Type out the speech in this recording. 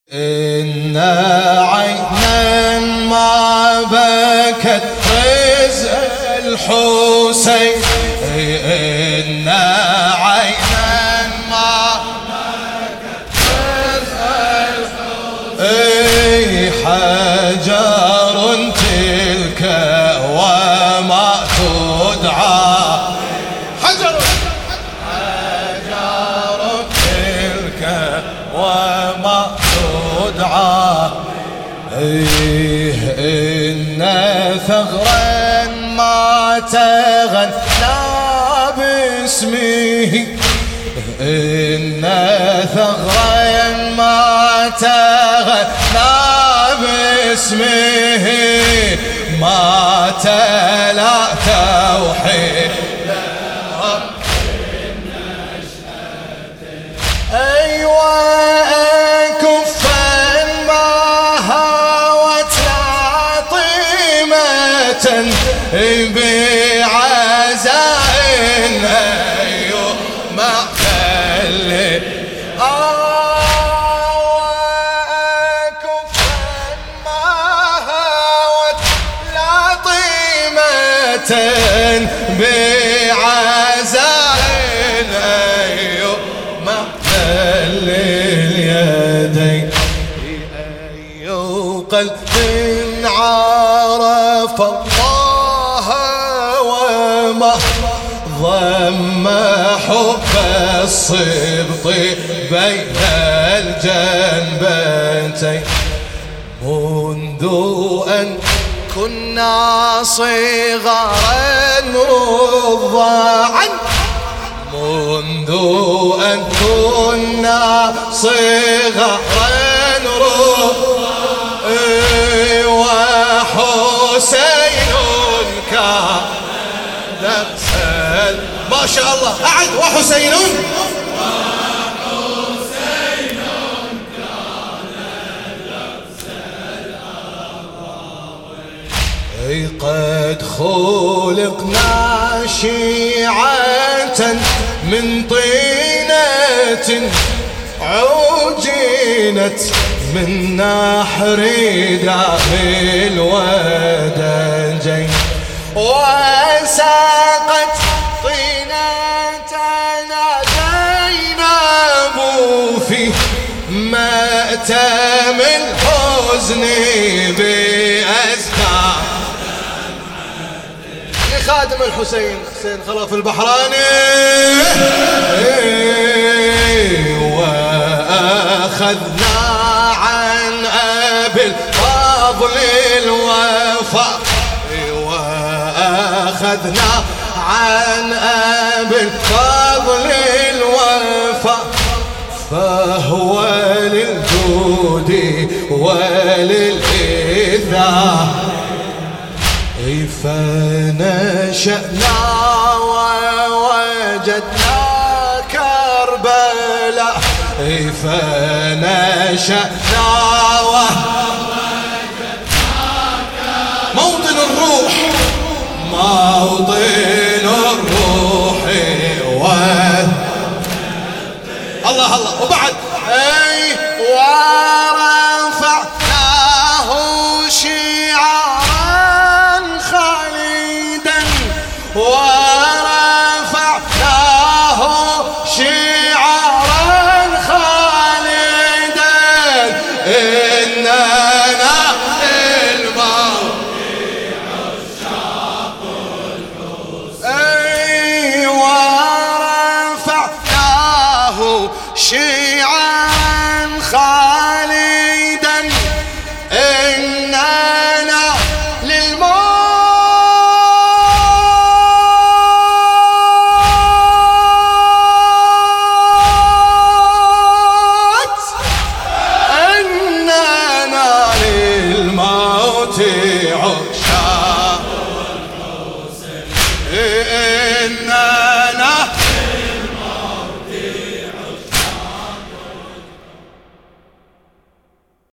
إن عينا ما بكت رزق الحسين، إن عينا ما بكت رزق الحسين، حجر تلك وما تدعى، حجر تلك وما تدعى، إن ثغرا ما تغنى باسمه، إن ثغرا ما تغنى باسمه، ما تلا توحيد بعزاء أيوه ما خلي كفا ما هوت لا طيمة بعزاء أيوه ما خلي اليدين، أي قلب عرف الله وما ضم حب الصبط بين الجنبتين، منذ أن كنا صغارا رضعا، منذ أن كنا صغارا رضعا، وحسين كان نفسا ما شاء الله أعد، وحسين قد خلقنا شيعة من طينة عجينت من نحر دم الودجين، وساقت طينتنا زينب في مأتم الحزن بأزكى لخادم الحسين حسين خلف البحراني، وأخذنا عن أبي الفضل الوفاء، وأخذنا عن أبي الفضل الوفاء، فهو للجود وللإذاء، فنشأنا ووجدنا كربلاء، فنشأنا ووجدنا موطن الروح، موطن الروح الله الله. وبعد ورفعناه شيعا خالدا، ورفعناه شعارا خالدا، إننا الموت عشاق الحسين، ورفعناه شيعا خالدا، إننا عشاق الحسين.